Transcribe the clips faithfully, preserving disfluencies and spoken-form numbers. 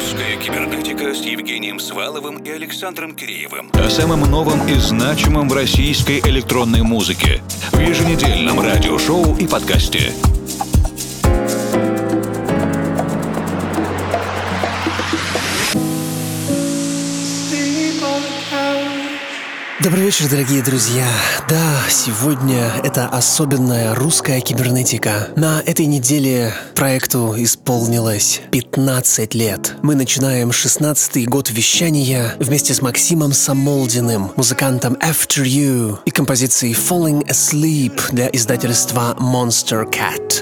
Русская кибернетика с Евгением Сваловым и Александром Киреевым. О самом новом и значимом в российской электронной музыке. В еженедельном радиошоу и подкасте. Добрый вечер, дорогие друзья. Да, сегодня это особенная русская кибернетика. На этой неделе проекту исполнилось пятнадцать лет. Мы начинаем шестнадцатый год вещания вместе с Максимом Самолдиным, музыкантом After You и композицией Falling Asleep для издательства Monster Cat.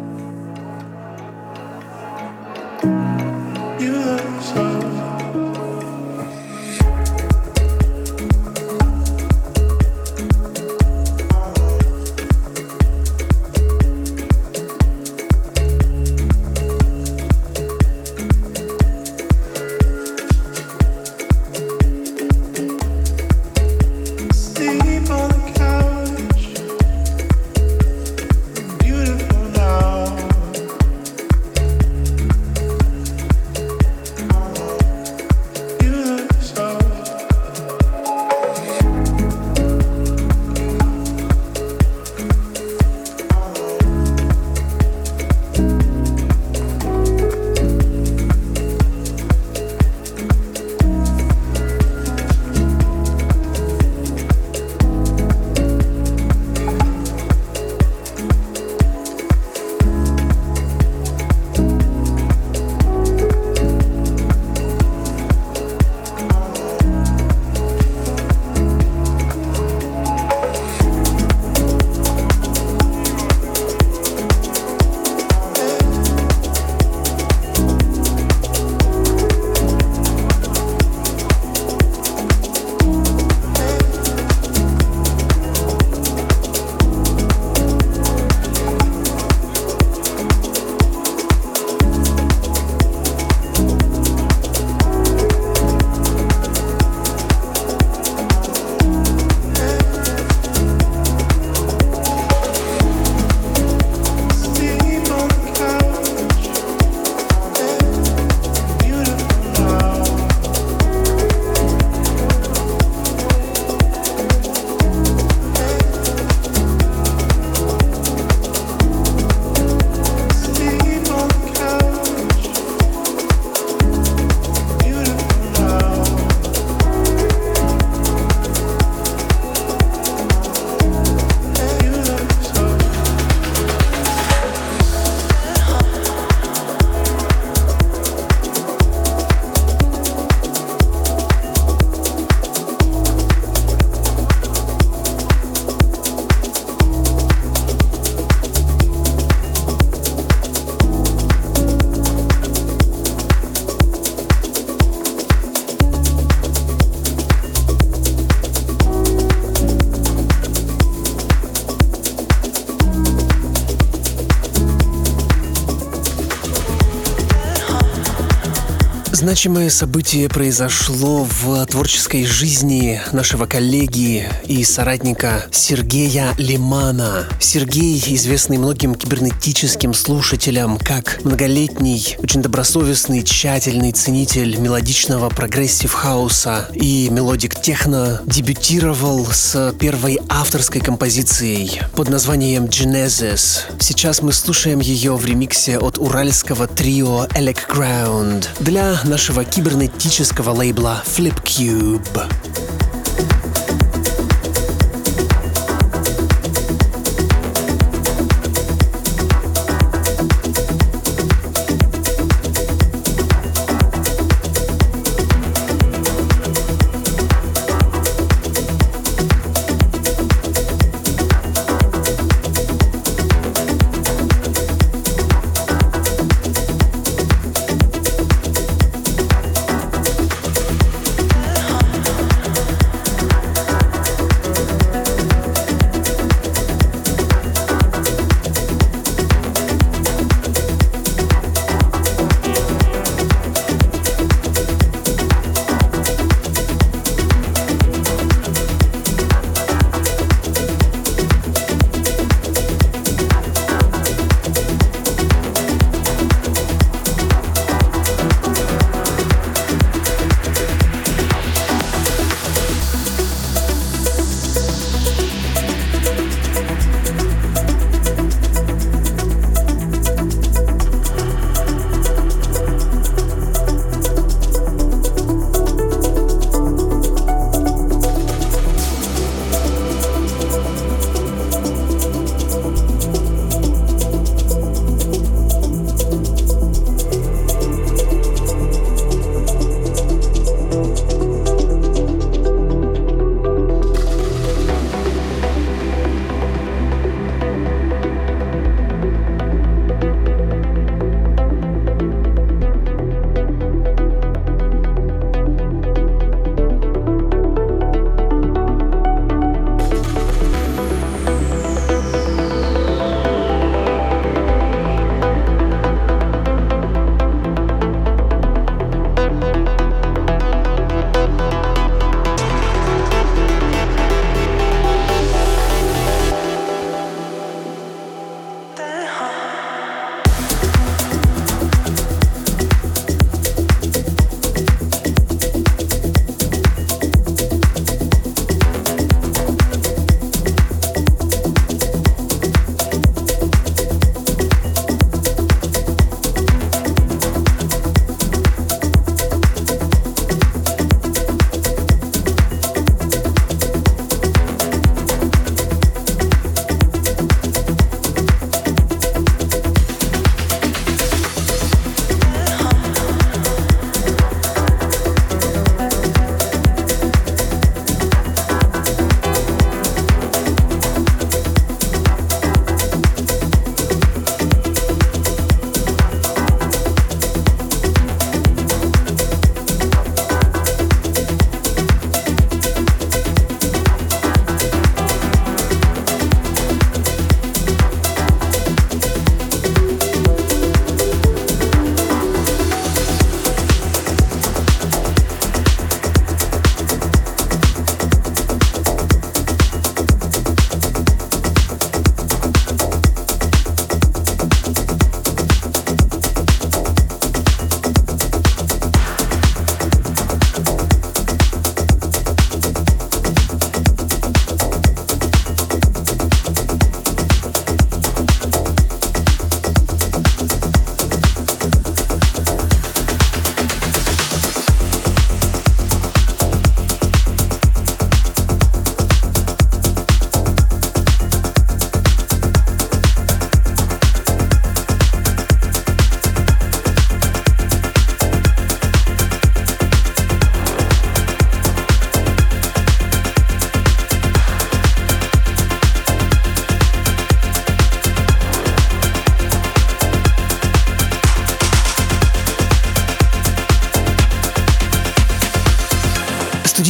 Значимое событие произошло в творческой жизни нашего коллеги и соратника Сергея Лимана. Сергей, известный многим кибернетическим слушателям как многолетний, очень добросовестный, тщательный ценитель мелодичного прогрессив-хауса и мелодик-техно, дебютировал с первой авторской композицией под названием Genesis. Сейчас мы слушаем ее в ремиксе от уральского трио Elec Ground для нашего кибернетического лейбла Flipcube.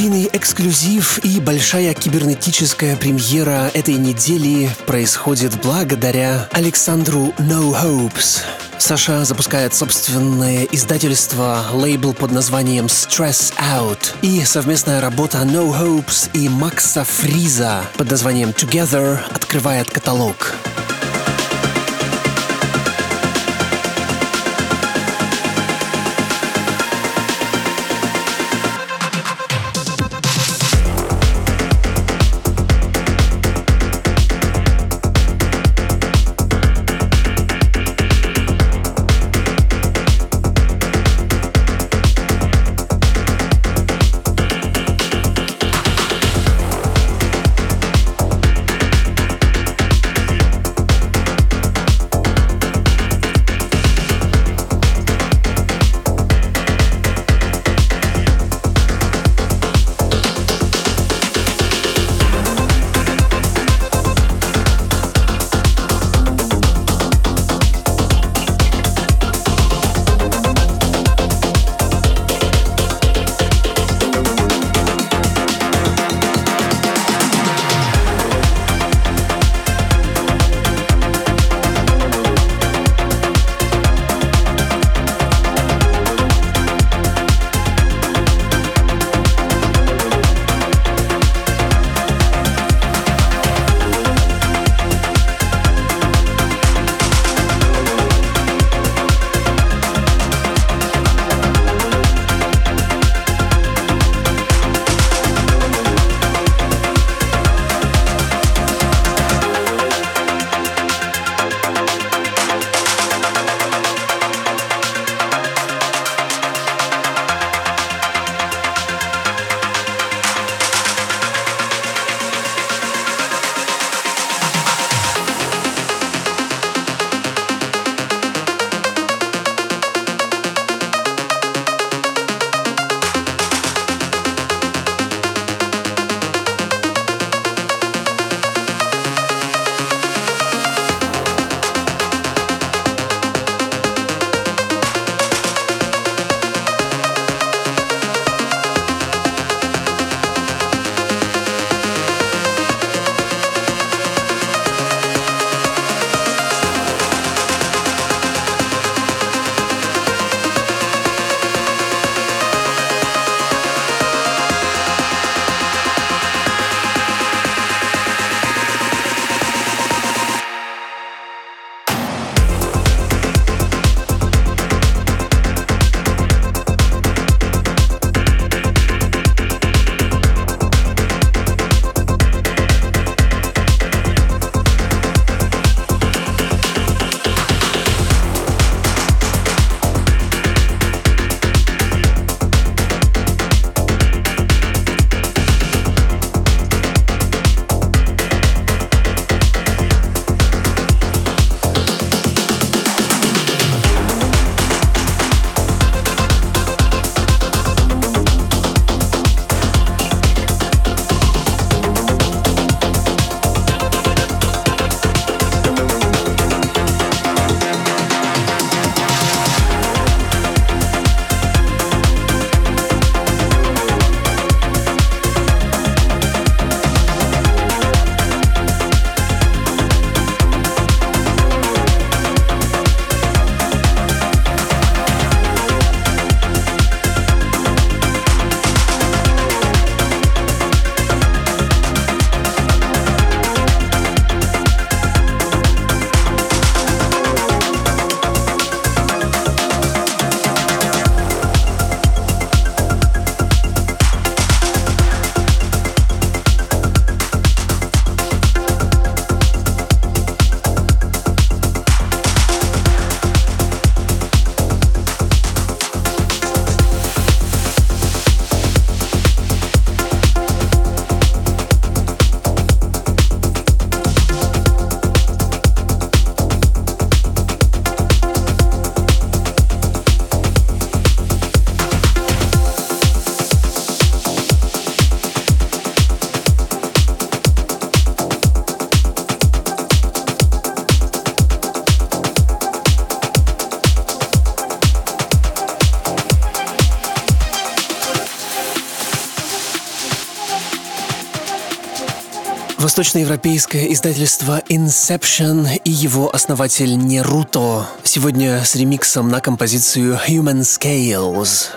студийный эксклюзив и большая кибернетическая премьера этой недели происходит благодаря Александру No Hopes. Саша запускает собственное издательство, лейбл под названием Stress Out, и совместная работа No Hopes и Макса Фриза под названием Together открывает каталог. Восточноевропейское издательство Inception и его основатель Неруто сегодня с ремиксом на композицию Human Scales.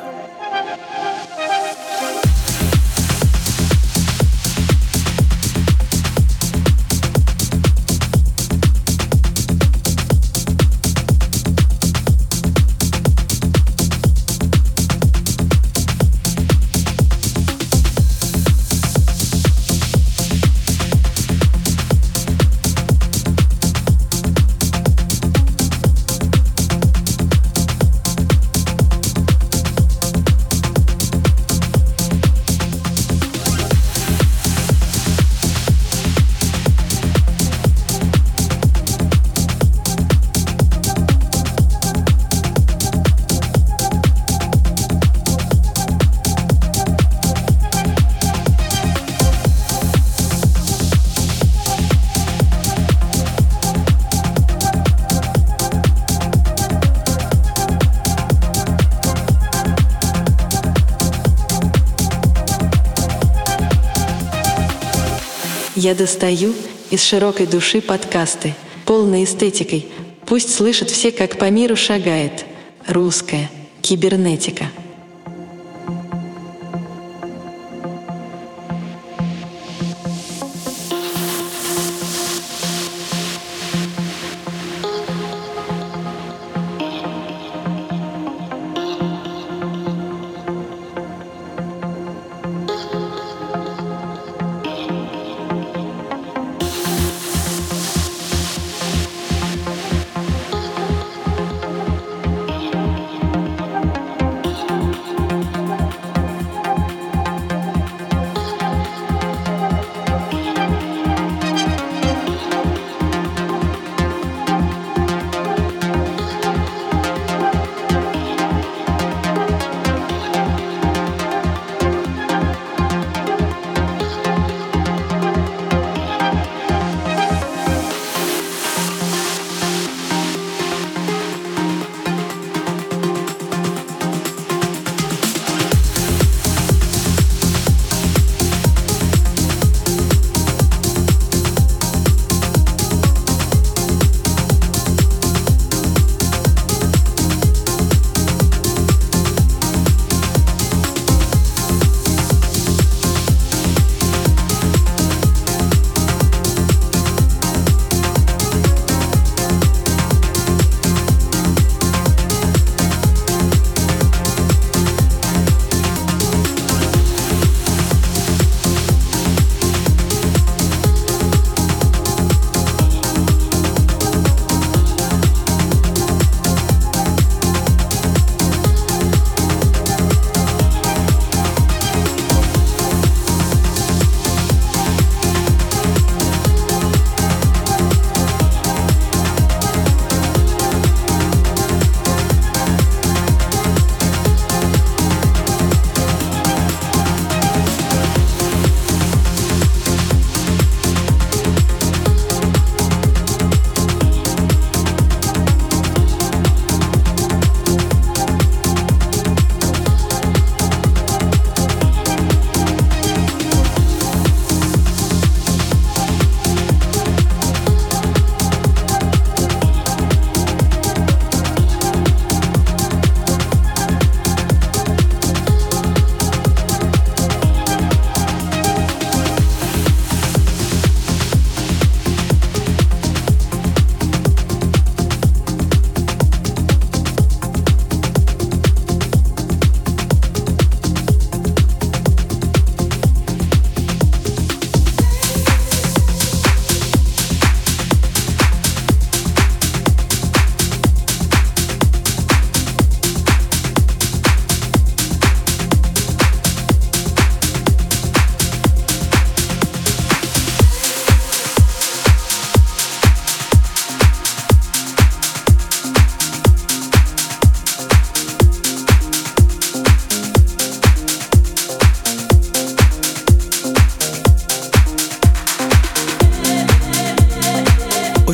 Я достаю из широкой души подкасты, полной эстетикой. Пусть слышат все, как по миру шагает русская кибернетика.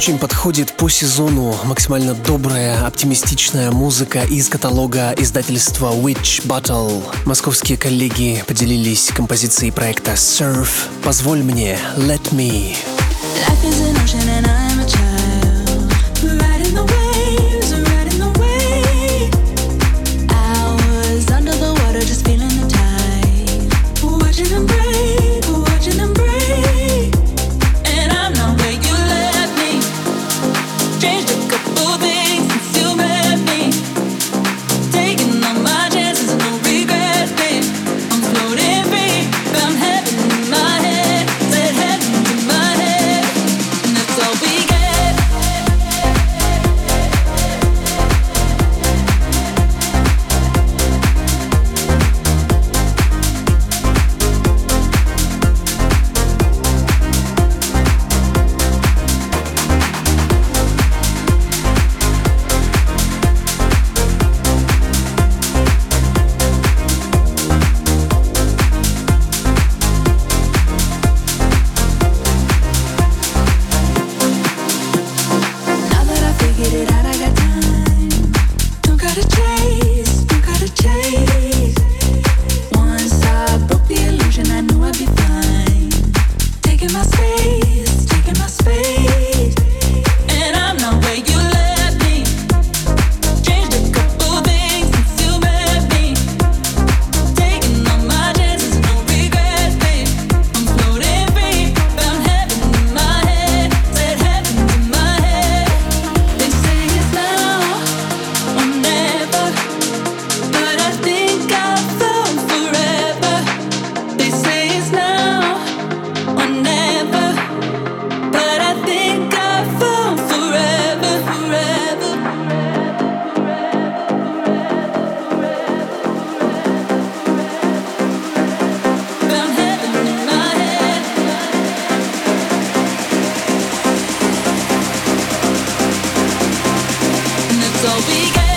очень подходит по сезону максимально добрая, оптимистичная музыка из каталога издательства Witch Bottle. Московские коллеги поделились композицией проекта Surf. Позволь мне, Let Me. Life is an ocean and I'm a child. Riding the waves, riding the wave. I was under the water just feeling the tide. Watching them break, watching them break. And I'm not where you left me. Changed a couple things since you met me. Taking all my chances, no regrets, babe. I'm floating free, found heaven in my head. Said heaven in my head. And that's all we get. Now that I figured it out, I got time. Don't gotta chase, don't gotta chase. Once I broke the illusion, I knew I'd be fine. Taking my space, taking my space. And I'm not where you left me. Changed a couple things since you met me. Taking all my chances, no regrets, babe. I'm floating free, found heaven in my head. Said heaven's in my head. They say it's now or never, but I think I found forever. They say it's now or never, but I think I found forever, forever. Found heaven in my head. And that's all we get.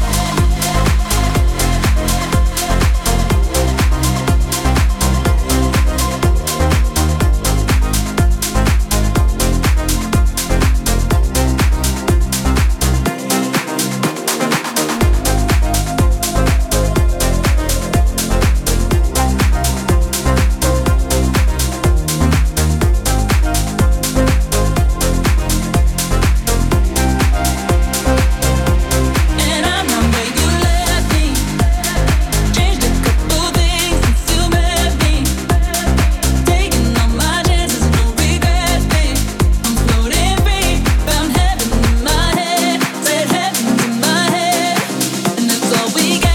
And I'm not where you left me. Changed a couple things since you met me. Taking all my chances, no regrets, babe. I'm floating free, found heaven in my head. Said heaven's in my head, and that's all we get.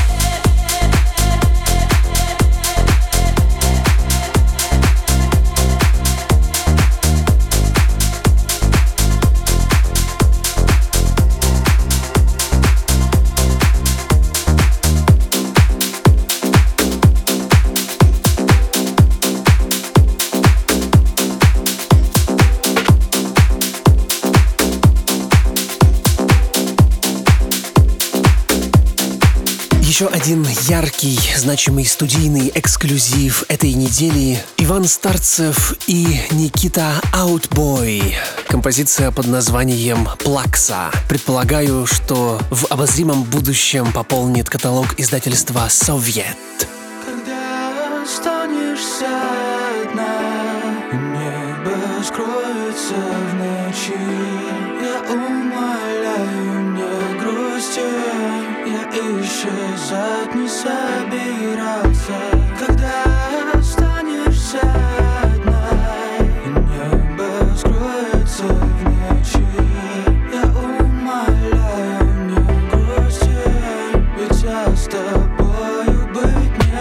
Еще один яркий, значимый студийный эксклюзив этой недели. Иван Старцев и Никита Аутбой. Композиция под названием «Плакса». Предполагаю, что в обозримом будущем пополнит каталог издательства «Совет». Когда останешься одна, и небо скроется в ночи, я умоляю, не грусти, я исчезать не собирался. Когда останешься одна, и небо скроется в ночи, я умоляю, не грусти, ведь я с тобою быть не.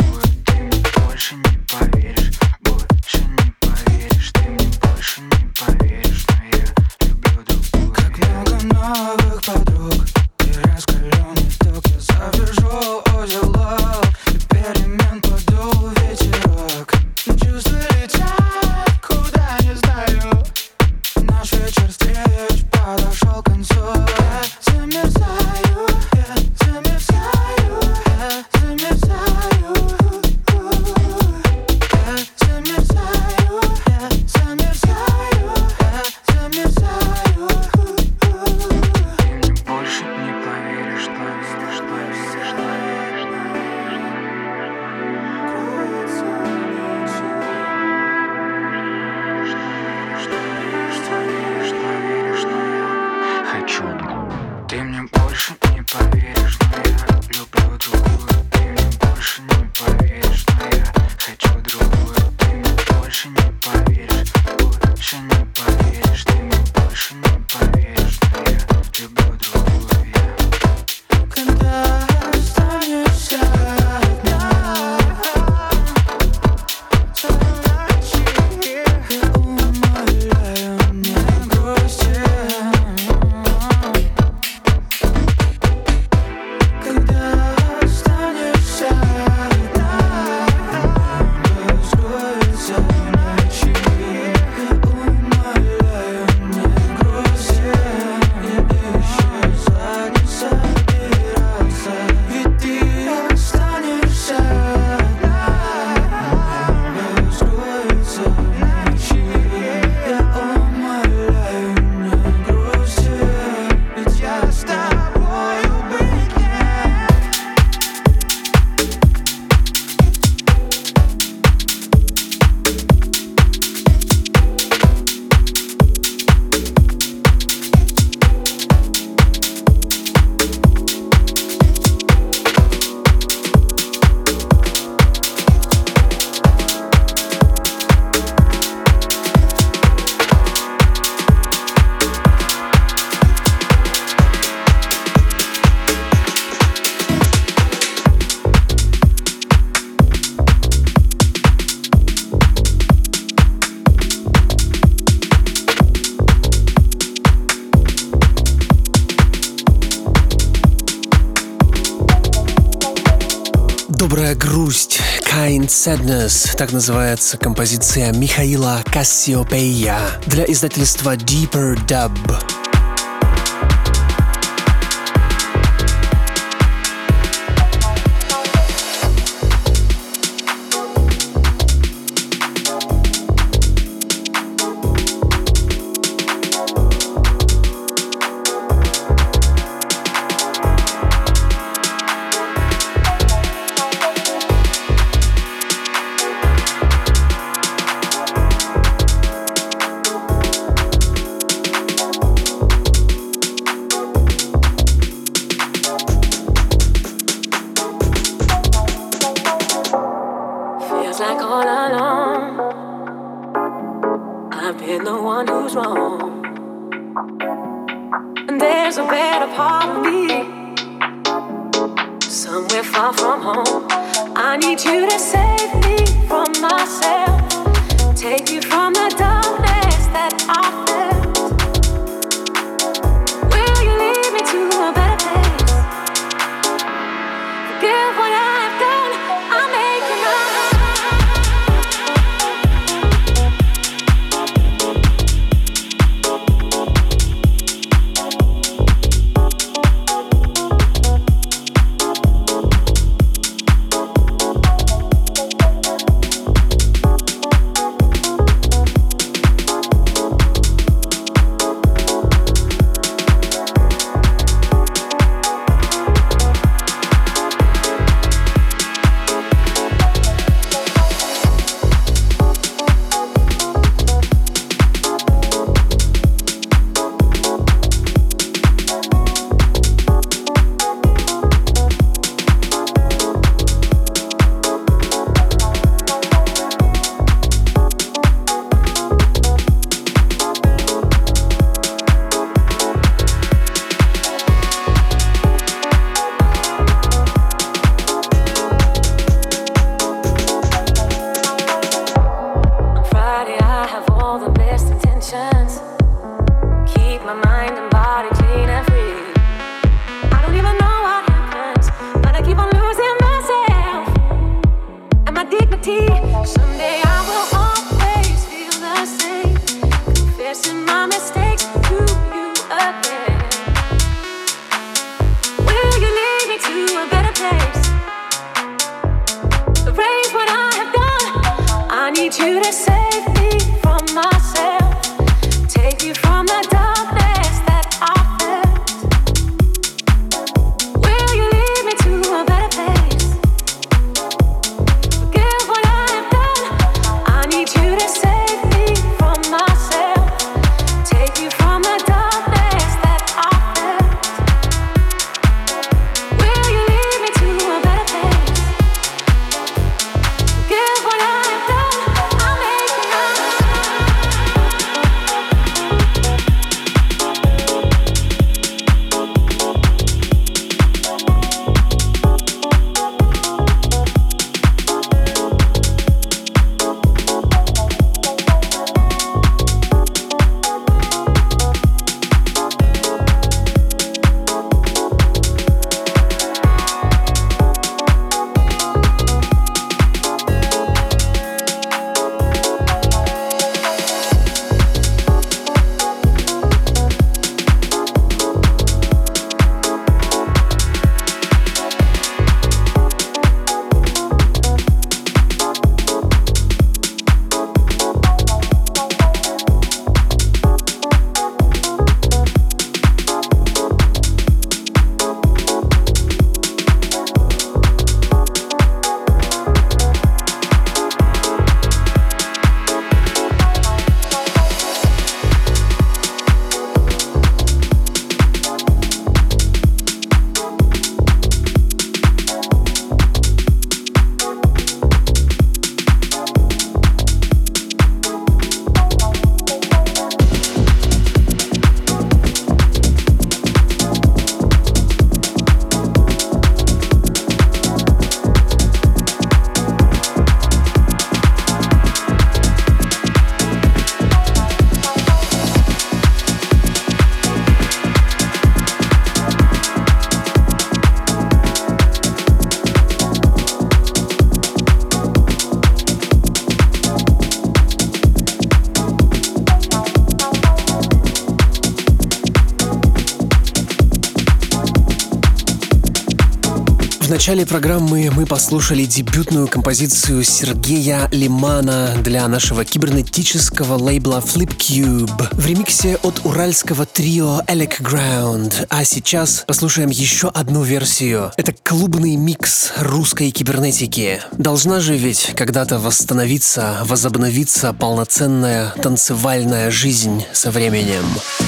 Больше не поверишь, ты мне больше не поверишь. Добрая грусть, Kind Sadness, так называется композиция Михаила Кассиопея для издательства Deeper Dub. В начале программы мы послушали дебютную композицию Сергея Лимана для нашего кибернетического лейбла Flip Cube в ремиксе от уральского трио Alec Ground. А сейчас послушаем еще одну версию. Это клубный микс русской кибернетики. Должна же ведь когда-то восстановиться, возобновиться полноценная танцевальная жизнь со временем.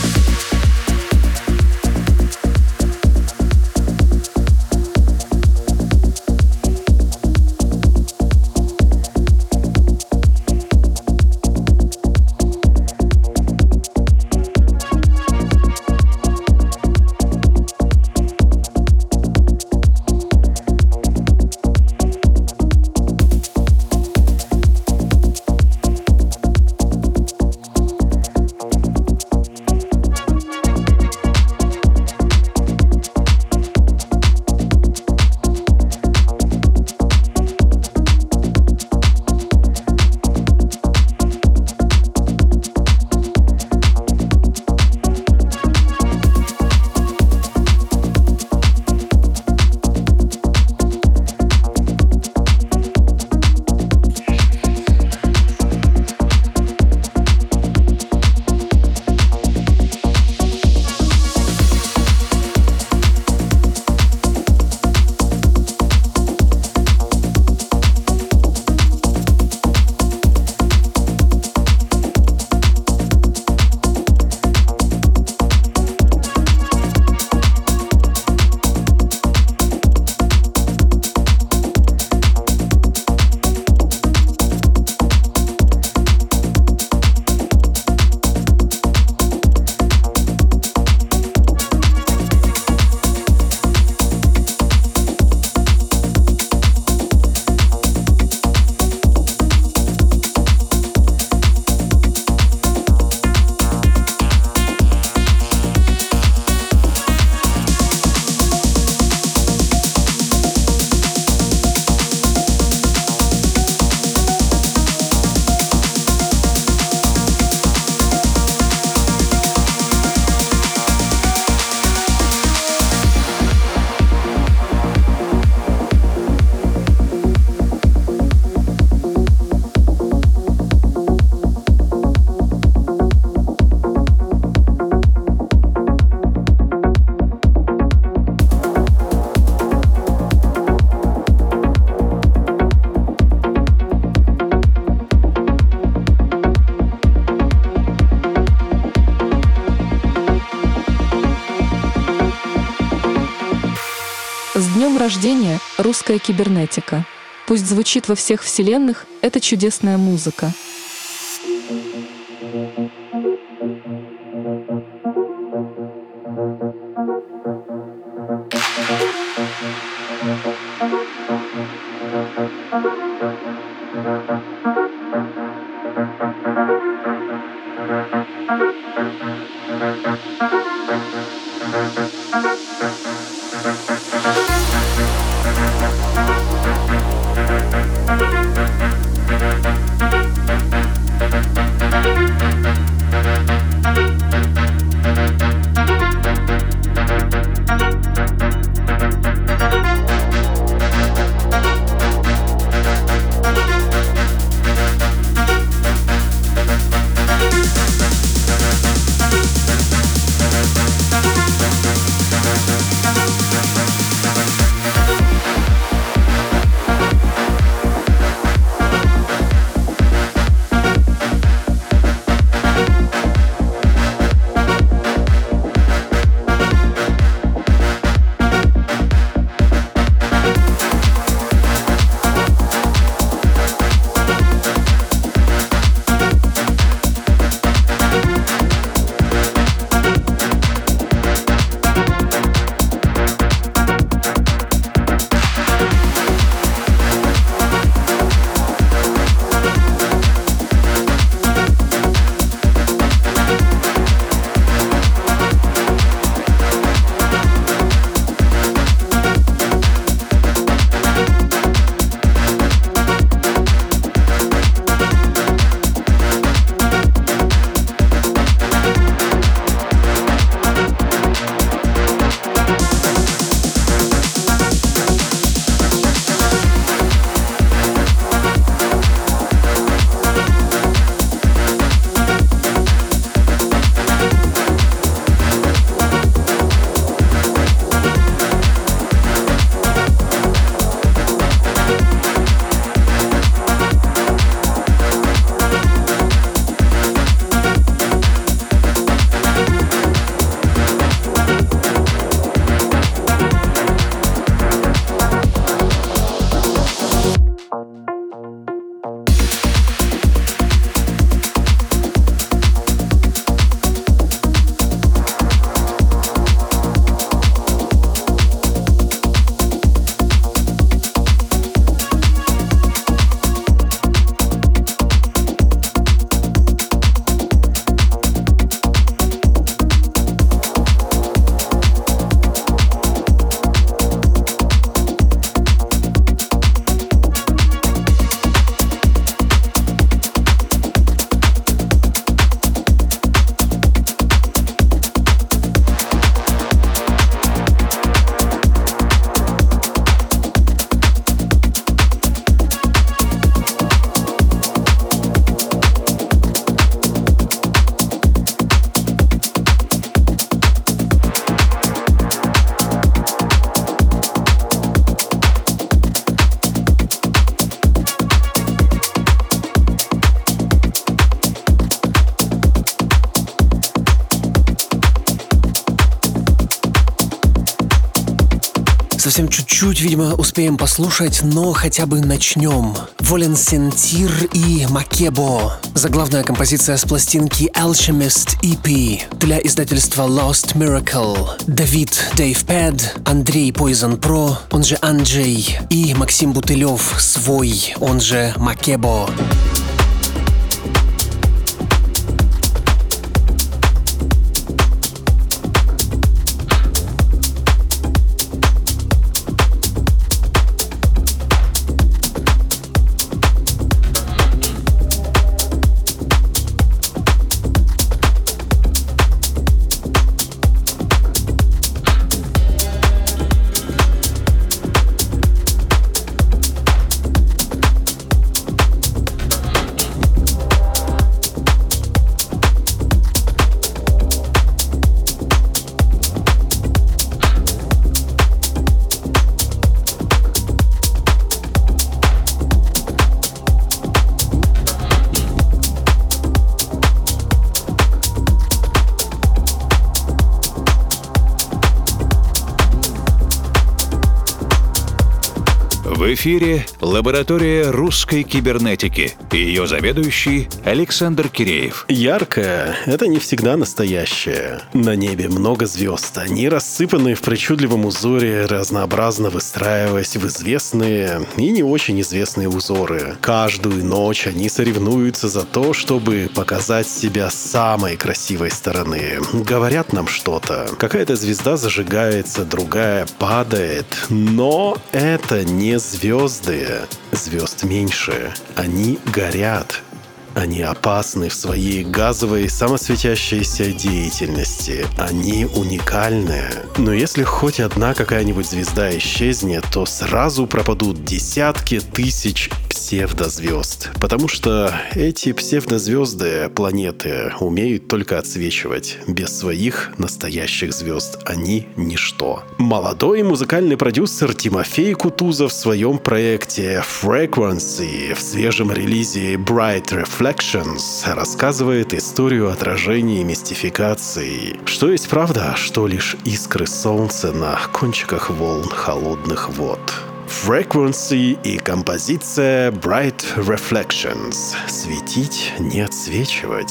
Рождения русская кибернетика. Пусть звучит во всех вселенных эта чудесная музыка. совсем чуть-чуть, видимо, успеем послушать, но хотя бы начнем. Волен Сентир и Макебо. Заглавная композиция с пластинки Alchemist и пи для издательства Lost Miracle. Давид Dave Pad, Андрей Poison Pro, он же Анджей, и Максим Бутылев свой, он же Макебо. В эфире лаборатория русской кибернетики и ее заведующий Александр Киреев. Яркое — это не всегда настоящее. На небе много звезд. Они рассыпаны в причудливом узоре, разнообразно выстраиваясь в известные и не очень известные узоры. Каждую ночь они соревнуются за то, чтобы показать себя с самой красивой стороны. Говорят нам что-то. Какая-то звезда зажигается, другая падает. Но это не звезды. Звезд меньше. Они горят. Они опасны в своей газовой самосветящейся деятельности. Они уникальны. Но если хоть одна какая-нибудь звезда исчезнет, то сразу пропадут десятки тысяч псевдозвезд. Потому что эти псевдозвезды, планеты, умеют только отсвечивать. Без своих настоящих звезд они ничто. Молодой музыкальный продюсер Тимофей Кутузов в своем проекте Frequency в свежем релизе Bright Reflections рассказывает историю отражения и мистификации. Что есть правда, что лишь искры солнца на кончиках волн холодных вод. Frequency и композиция Bright Reflections. Светить, не отсвечивать.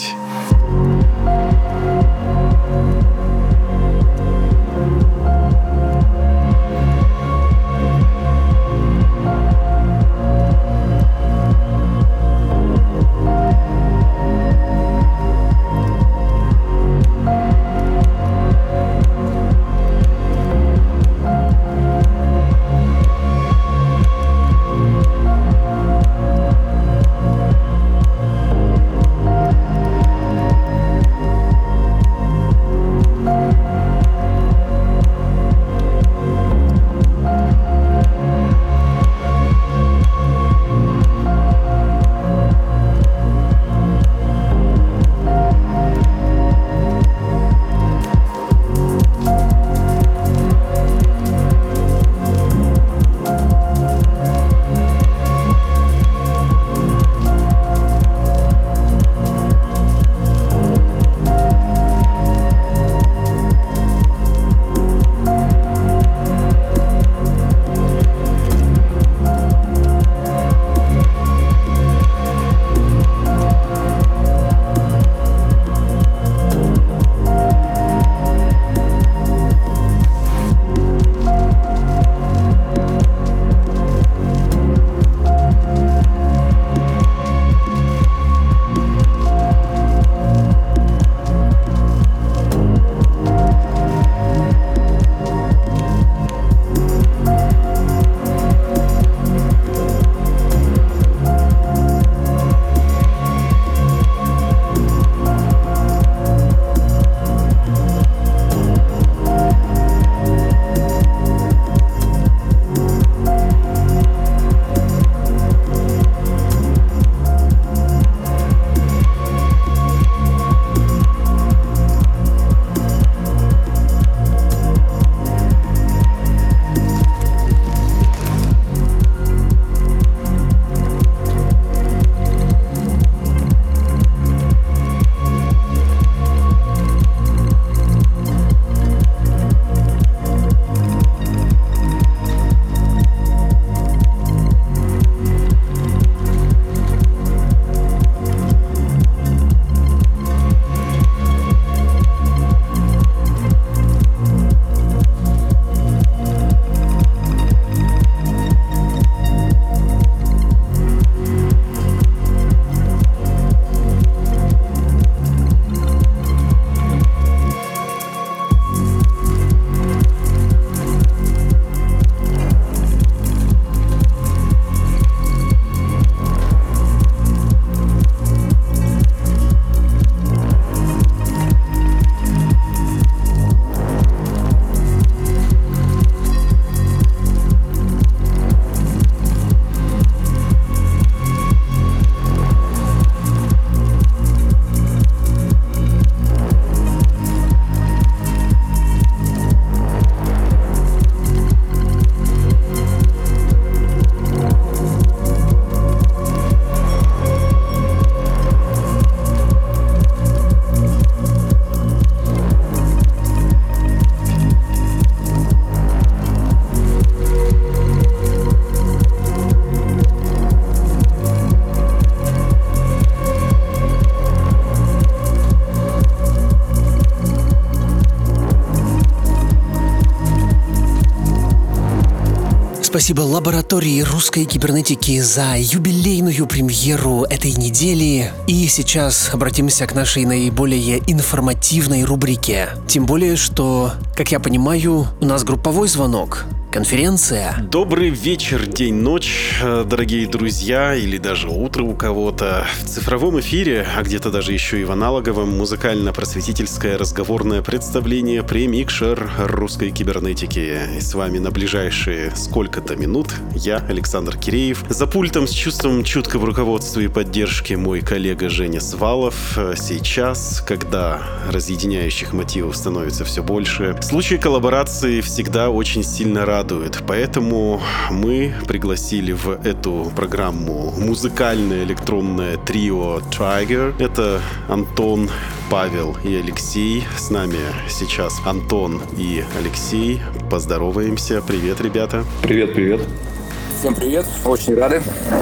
спасибо лаборатории русской кибернетики за юбилейную премьеру этой недели. И сейчас обратимся к нашей наиболее информативной рубрике. Тем более, что, как я понимаю, у нас групповой звонок. Конференция. Добрый вечер, день, ночь, дорогие друзья, или даже утро у кого-то. В цифровом эфире, а где-то даже еще и в аналоговом, музыкально-просветительское разговорное представление «Премикшер русской кибернетики». И с вами на ближайшие сколько-то минут я, Александр Киреев. За пультом с чувством чуткого руководства и поддержки мой коллега Женя Свалов. Сейчас, когда разъединяющих мотивов становится все больше, случаи коллаборации всегда очень сильно радуют. Поэтому мы пригласили в эту программу музыкальное электронное трио Trigger. Это Антон, Павел и Алексей. С нами сейчас Антон и Алексей. Поздороваемся. Привет, ребята. Привет, привет. Всем привет, очень рады.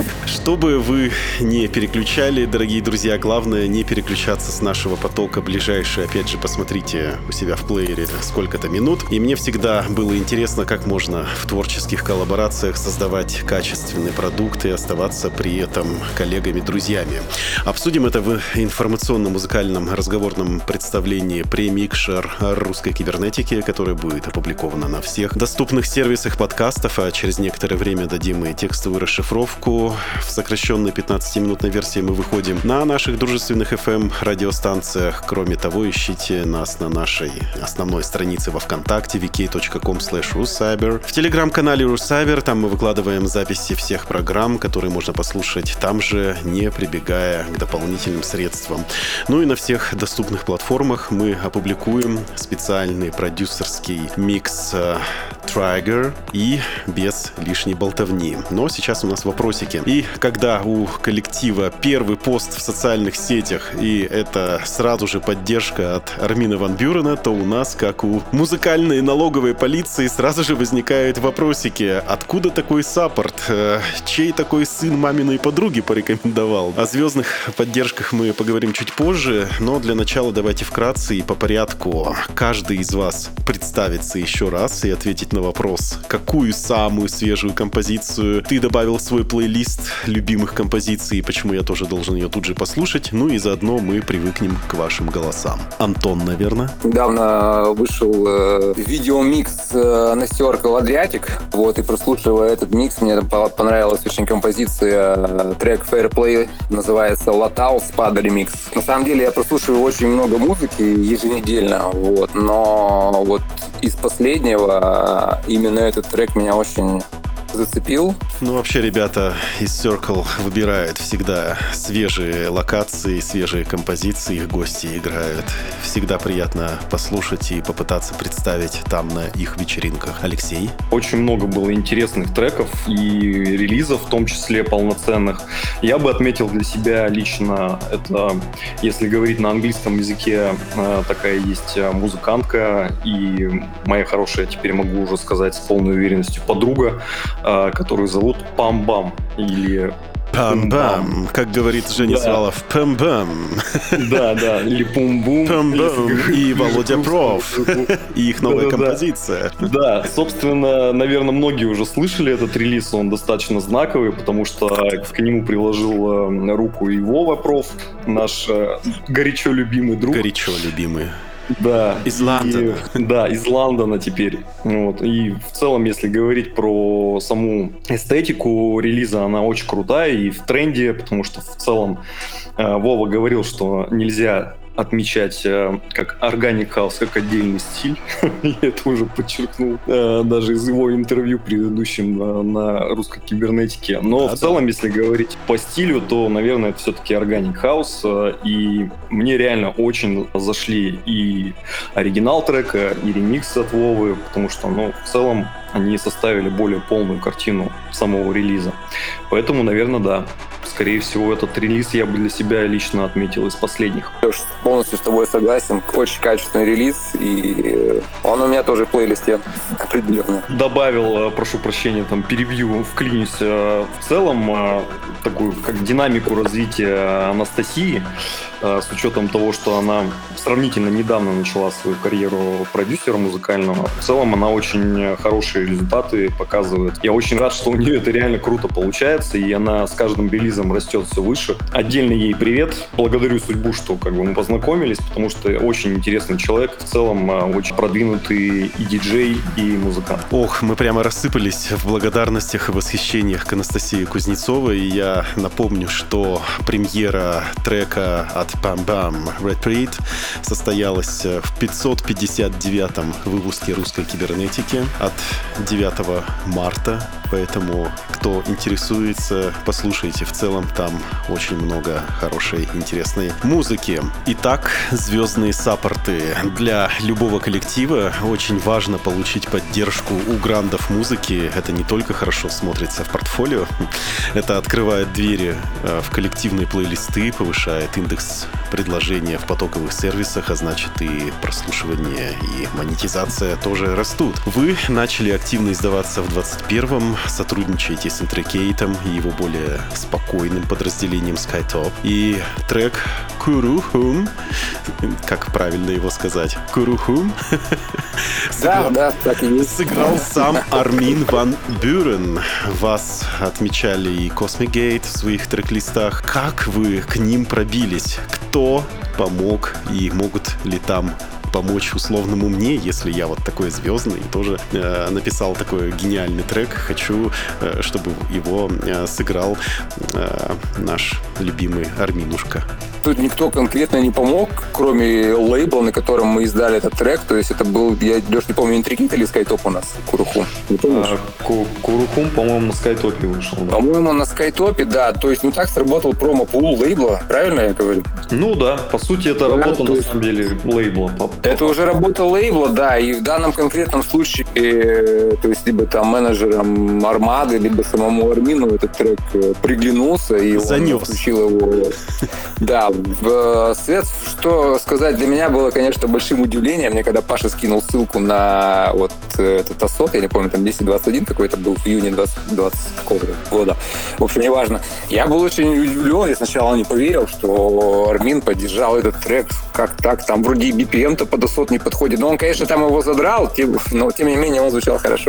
Чтобы вы не переключали, дорогие друзья, главное не переключаться с нашего потока ближайшие. Опять же, посмотрите у себя в плеере сколько-то минут. И мне всегда было интересно, как можно в творческих коллаборациях создавать качественный продукт и оставаться при этом коллегами, друзьями. Обсудим это в информационно-музыкальном разговорном представлении «Премикшер русской кибернетики», которое будет опубликовано на всех доступных сервисах подкастов, а через некоторое время дадим и текстовую расшифровку. В сокращенной пятнадцатиминутной версии мы выходим на наших дружественных эф эм радиостанциях. Кроме того, ищите нас на нашей основной странице во ВКонтакте ви кей точка ком слэш русайбер. В телеграм-канале Русайбер, там мы выкладываем записи всех программ, которые можно послушать там же, не прибегая к дополнительным средствам. Ну и на всех доступных платформах мы опубликуем специальный продюсерский микс Trigger и без лишней болтовни. Но сейчас у нас вопросики. И когда у коллектива первый пост в социальных сетях, и это сразу же поддержка от Армина ван Бюрена, то у нас, как у музыкальной налоговой полиции, сразу же возникают вопросики. Откуда такой саппорт? Чей такой сын маминой подруги порекомендовал? О звездных поддержках мы поговорим чуть позже, но для начала давайте вкратце и по порядку каждый из вас представится еще раз и ответить на вопрос, какую самую свежую композицию ты добавил в свой плейлист любимых композиций, и почему я тоже должен ее тут же послушать. Ну и заодно мы привыкнем к вашим голосам. Антон, наверное? Недавно вышел э, видеомикс э, на Circle Adriatic. Вот, и прослушивая этот микс, мне понравилась очень композиция, э, трек Fairplay, называется Latau Spada Remix. На самом деле я прослушиваю очень много музыки еженедельно, вот, но вот из последнего именно этот трек меня очень зацепил. Ну, вообще, ребята из Circle выбирают всегда свежие локации, свежие композиции, их гости играют. Всегда приятно послушать и попытаться представить там на их вечеринках. Алексей? Очень много было интересных треков и релизов, в том числе полноценных. Я бы отметил для себя лично, это, если говорить на английском языке, такая есть музыкантка и моя хорошая, теперь могу уже сказать с полной уверенностью, подруга, которую зовут Пам-Бам или Пам-бам, как говорит Женя да. Свалов, пам-бам. Да, да, или пум-бум. Пам-бам и Володя Проф, и их новая да, композиция. Да. да, собственно, наверное, многие уже слышали этот релиз, он достаточно знаковый, потому что к нему приложил руку и Вова Проф, наш горячо любимый друг. Горячо любимый. Да. Из Лондона. И, да, из Лондона теперь. Вот. И в целом, если говорить про саму эстетику релиза, она очень крутая и в тренде, потому что в целом э, Вова говорил, что нельзя отмечать э, как Organic House, как отдельный стиль. Я это уже подчеркнул э, даже из его интервью предыдущим э, на русской кибернетике. Но да, в целом, да. если говорить по стилю, то, наверное, это все-таки Organic House. Э, и мне реально очень зашли и оригинал трека, и ремикс от Вовы, потому что, ну, в целом, они составили более полную картину самого релиза. Поэтому, наверное, да. Скорее всего, этот релиз я бы для себя лично отметил из последних. Леш, полностью с тобой согласен. Очень качественный релиз, и он у меня тоже в плейлисте определенно. Добавил, прошу прощения, там перебью, вклинюсь в целом такую как динамику развития Анастасии. с учетом того, что она сравнительно недавно начала свою карьеру продюсера музыкального. В целом она очень хорошие результаты показывает. Я очень рад, что у нее это реально круто получается, и она с каждым релизом растет все выше. Отдельно ей привет. Благодарю судьбу, что как бы мы познакомились, потому что очень интересный человек. В целом очень продвинутый и диджей, и музыкант. Ох, мы прямо рассыпались в благодарностях и восхищениях к Анастасии Кузнецовой. И я напомню, что премьера трека от Bam Bam Retreat состоялась в пятьсот пятьдесят девятом выпуске «Русской кибернетики» от девятого марта. Поэтому, кто интересуется, послушайте. В целом там очень много хорошей, интересной музыки. Итак, звездные саппорты. Для любого коллектива очень важно получить поддержку у грандов музыки. Это не только хорошо смотрится в портфолио, это открывает двери в коллективные плейлисты, повышает индекс предложения в потоковых сервисах, а значит и прослушивание и монетизация тоже растут. Вы начали активно издаваться в двадцать первом, сотрудничаете с Intricate и его более спокойным подразделением Skytop. И трек Курухум, как правильно его сказать? Курухум? Да, да, так и есть. Сыграл сам Армин ван Бюрен. Вас отмечали и Cosmic Gate в своих трек-листах. Как вы к ним пробились? Кто помог и могут ли там помочь условному мне, если я вот такой звездный, тоже э, написал такой гениальный трек. Хочу, э, чтобы его э, сыграл э, наш любимый Арминушка. Тут никто конкретно не помог, кроме лейбла, на котором мы издали этот трек. То есть это был, я, Леш, не помню, Intricate или Skytop у нас? Курухум. Не помнишь? А, Курухум, по-моему, на Skytop вышел. Да. По-моему, на Skytop, да. То есть, ну так сработал промо-пул лейбла, правильно я говорю? Ну да, по сути, это да, работа, на есть... самом деле, лейбла. Это уже работа лейбла, да, и в данном конкретном случае, э, то есть, либо там менеджером Армады, либо самому Армину этот трек приглянулся, и занес. Он включил его. Да, в свет, что сказать, для меня было, конечно, большим удивлением. Мне когда Паша скинул ссылку на вот этот Асот, я не помню, там десять двадцать один какой-то был в июне двадцатого года. В общем, неважно. Я был очень удивлен, я сначала не поверил, что Армин поддержал этот трек. Как так? Там вроде би пи эм-то под Асот не подходит. Но он, конечно, там его задрал, но тем не менее он звучал хорошо.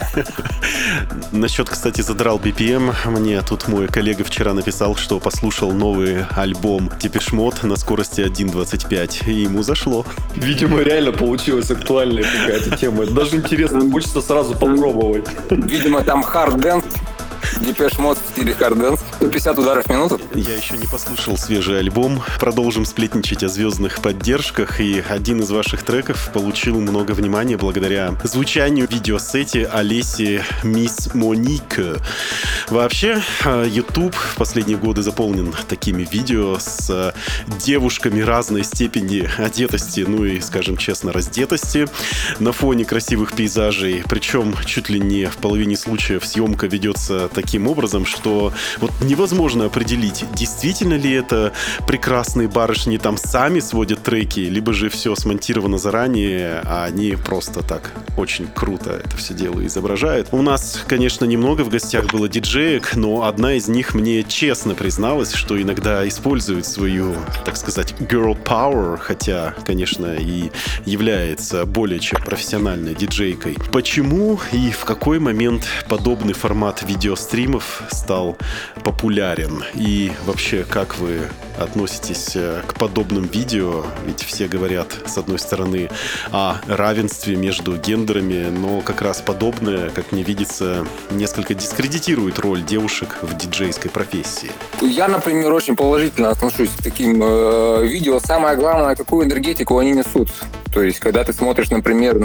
Насчет, кстати, задрал би пи эм. Мне тут мой коллега вчера написал, что послушал новый альбом Depeche Mode на скорости один двадцать пять, и ему зашло. Видимо, реально получилась актуальная какая-то тема. Это даже интересно, хочется сразу попробовать. Видимо, там hard dance. Depeche Mode в стиле hard dance. сто пятьдесят ударов в минуту. Я еще не послушал свежий альбом. Продолжим сплетничать о звездных поддержках. И один из ваших треков получил много внимания благодаря звучанию в видеосете Олеси Мисс Моник. Вообще, YouTube в последние годы заполнен такими видео с девушками разной степени одетости, ну и, скажем честно, раздетости на фоне красивых пейзажей. Причем чуть ли не в половине случаев съемка ведется таким образом, что вот невозможно определить, действительно ли это прекрасные барышни там сами сводят треки, либо же все смонтировано заранее, а они просто так очень круто это все дело изображают. У нас, конечно, немного в гостях было диджеек, но одна из них мне честно призналась, что иногда использует свою, так сказать, girl power, хотя, конечно, и является более чем профессиональной диджейкой. Почему и в какой момент подобный формат видеостримов стал популярен? И вообще, как вы относитесь к подобным видео? Ведь все говорят, с одной стороны, о равенстве между гендерами, но как раз подобное, как мне видится, несколько дискредитирует роль девушек в диджейской профессии. Я, например, очень положительно отношусь к таким э, видео. Самое главное, какую энергетику они несут. То есть, когда ты смотришь, например,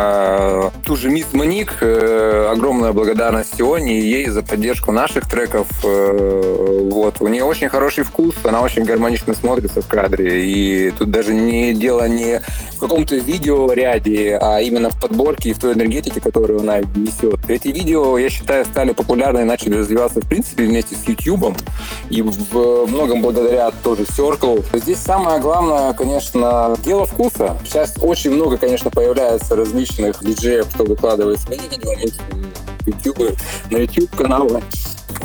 на ту же Мисс Моник, э, огромная благодарность Ионе и ей за поддержку наших треков. Э, вот. У нее очень хороший вкус, она очень гармонично смотрится в кадре. И тут даже не дело не в каком-то видеоряде, а именно в подборке и в той энергетике, которую она несет. Эти видео, я считаю, стали популярны и начали развиваться, в принципе, вместе с YouTube. И в многом благодаря тоже Circle. Здесь самое главное, конечно, дело вкуса. Сейчас очень много, конечно, появляется различных диджеев, кто выкладывает свои видео на YouTube, на YouTube-каналы.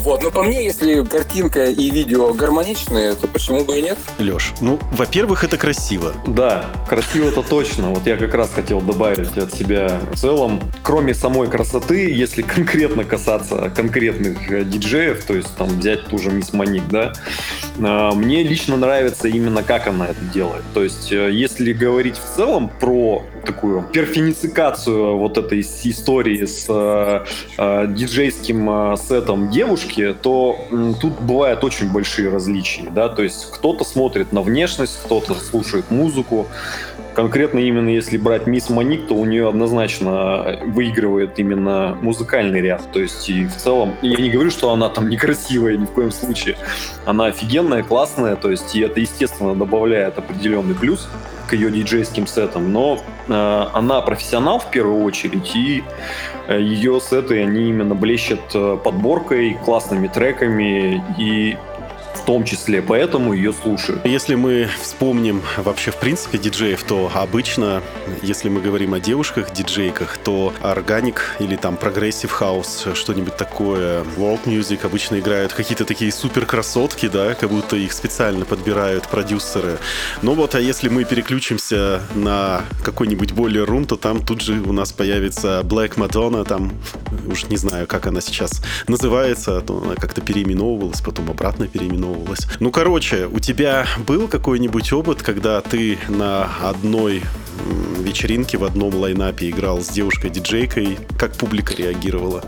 Вот, но по мне, если картинка и видео гармоничные, то почему бы и нет? Леш, ну, во-первых, это красиво. Да, красиво это точно. Вот я как раз хотел добавить от себя в целом, кроме самой красоты, если конкретно касаться конкретных э, диджеев, то есть там взять ту же Мисс Моник, да, э, мне лично нравится именно как она это делает. То есть э, если говорить в целом про такую перфинификацию вот этой истории с э, э, диджейским э, сетом девушки, то э, тут бывают очень большие различия, да, то есть кто-то смотрит на внешность, кто-то слушает музыку. Конкретно именно если брать Мисс Моник, то у нее однозначно выигрывает именно музыкальный ряд. То есть и в целом, я не говорю, что она там некрасивая ни в коем случае. Она офигенная, классная, то есть и это, естественно, добавляет определенный плюс к ее диджейским сетам. Но э, она профессионал в первую очередь, и э, ее сеты, они именно блещут подборкой, классными треками и в том числе, поэтому ее слушают. Если мы вспомним вообще в принципе диджеев, то обычно, если мы говорим о девушках-диджейках, то органик или там прогрессив хаус, что-нибудь такое, world music обычно играют какие-то такие супер красотки, да, как будто их специально подбирают продюсеры. Ну вот, а если мы переключимся на какой-нибудь более рум, то там тут же у нас появится Black Madonna, там уж не знаю, как она сейчас называется, то она как-то переименовывалась, потом обратно переименовывалась. Ну, короче, у тебя был какой-нибудь опыт, когда ты на одной вечеринке, в одном лайнапе играл с девушкой-диджейкой? Как публика реагировала?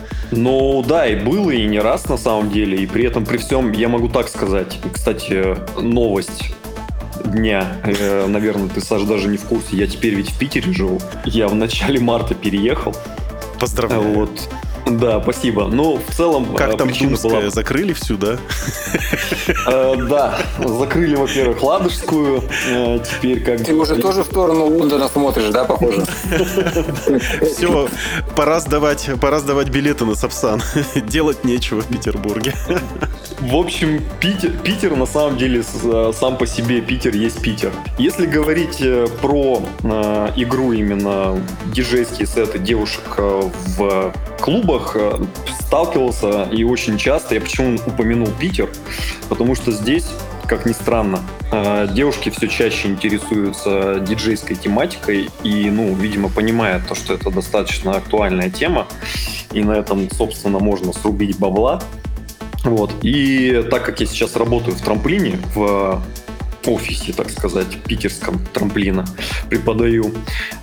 Ну, да, и было, и не раз на самом деле. И при этом, при всем, я могу так сказать. Кстати, новость дня. Наверное, ты, Саш, даже не в курсе. Я теперь ведь в Питере живу. Я в начале марта переехал. Поздравляю. Вот. Да, спасибо. Ну, в целом... Как там Думская? Была... Закрыли всю, да? Э, да, закрыли, во-первых, Ладожскую. Э, теперь как... Ты уже тоже в сторону Лондона смотришь, да, похоже? Все, пора сдавать, пора сдавать билеты на Сапсан. Делать нечего в Петербурге. В общем, Питер, Питер на самом деле сам по себе Питер есть Питер. Если говорить про э, игру именно диджейские сеты девушек в клубах, сталкивался и очень часто. Я почему упомянул Питер? Потому что здесь, как ни странно, девушки все чаще интересуются диджейской тематикой и, ну, видимо, понимают то, что это достаточно актуальная тема, и на этом, собственно, можно срубить бабла. Вот. И так как я сейчас работаю в трамплине, в офисе, так сказать, питерском трамплина преподаю,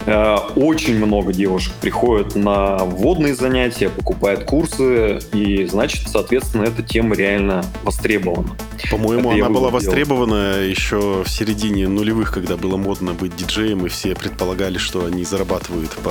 очень много девушек приходят на вводные занятия, покупают курсы, и, значит, соответственно, эта тема реально востребована. По-моему, она была востребована еще в середине нулевых, когда было модно быть диджеем, и все предполагали, что они зарабатывают по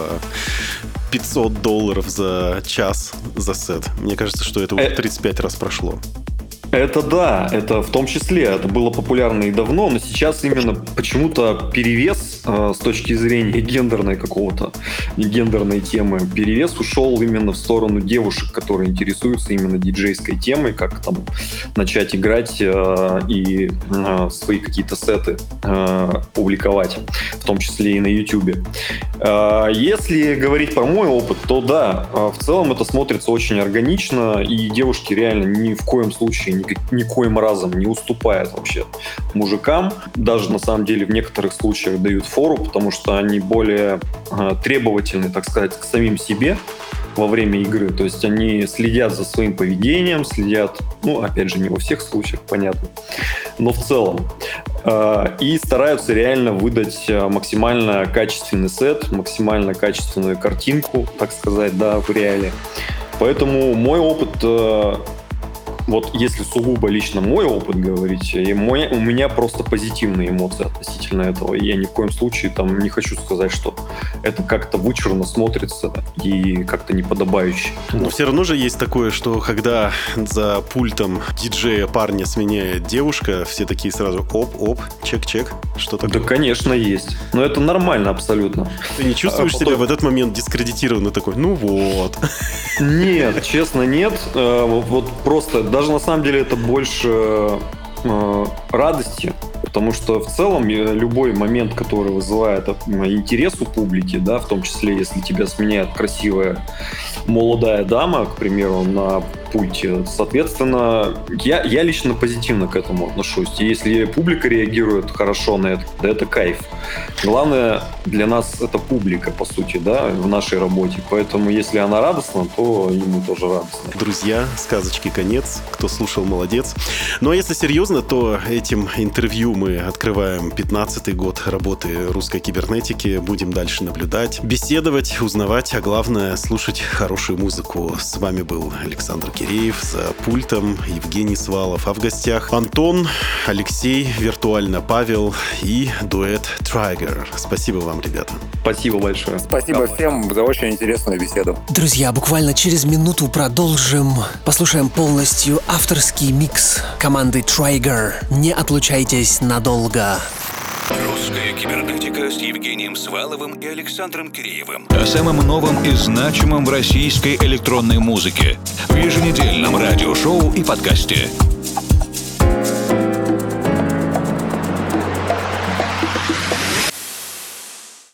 пятьсот долларов за час за сет. Мне кажется, что это уже тридцать пять раз прошло. Это да, это в том числе, это было популярно и давно, но сейчас именно почему-то перевес э, с точки зрения гендерной какого-то, гендерной темы, перевес ушел именно в сторону девушек, которые интересуются именно диджейской темой, как там начать играть э, и э, свои какие-то сеты э, публиковать, в том числе и на YouTube. Э, если говорить про мой опыт, то да, э, в целом это смотрится очень органично, и девушки реально ни в коем случае никоим разом не уступает вообще мужикам. Даже на самом деле в некоторых случаях дают фору, потому что они более э, требовательны, так сказать, к самим себе во время игры. То есть они следят за своим поведением, следят, ну, опять же, не во всех случаях, понятно, но в целом. Э, и стараются реально выдать максимально качественный сет, максимально качественную картинку, так сказать, да, в реале. Поэтому мой опыт... Э, Вот если сугубо лично мой опыт говорить, и мой, у меня просто позитивные эмоции относительно этого. И я ни в коем случае там не хочу сказать, что это как-то вычурно смотрится и как-то неподобающе. Но все равно же есть такое, что когда за пультом диджея парня сменяет девушка, все такие сразу оп-оп, чек-чек, что такое? Да, конечно, есть. Но это нормально абсолютно. Ты не чувствуешь а потом... себя в этот момент дискредитированно такой, ну вот? Нет, честно, нет. Вот просто... Даже на самом деле это больше э, радости, потому что в целом любой момент, который вызывает интерес у публики, да, в том числе, если тебя сменяет красивая молодая дама, к примеру, на пульте. Соответственно, я, я лично позитивно к этому отношусь. И если публика реагирует хорошо на это, да это кайф. Главное для нас это публика, по сути, да, в нашей работе. Поэтому если она радостна, то и мы тоже радостны. Друзья, сказочки конец. Кто слушал, молодец. Ну а если серьезно, то этим интервью мы открываем пятнадцатый год работы русской кибернетики. Будем дальше наблюдать, беседовать, узнавать, а главное слушать хорошую музыку. С вами был Александр Киреев, за пультом Евгений Свалов. А в гостях Антон, Алексей, виртуально Павел и дуэт Trigger. Спасибо вам, ребята. Спасибо большое. Спасибо всем за очень интересную беседу. Друзья, буквально через минуту продолжим. Послушаем полностью авторский микс команды Trigger. Не отлучайтесь надолго. Русская кибернетика с Евгением Сваловым и Александром Киреевым. О самом новом и значимом в российской электронной музыке. В еженедельном радиошоу и подкасте.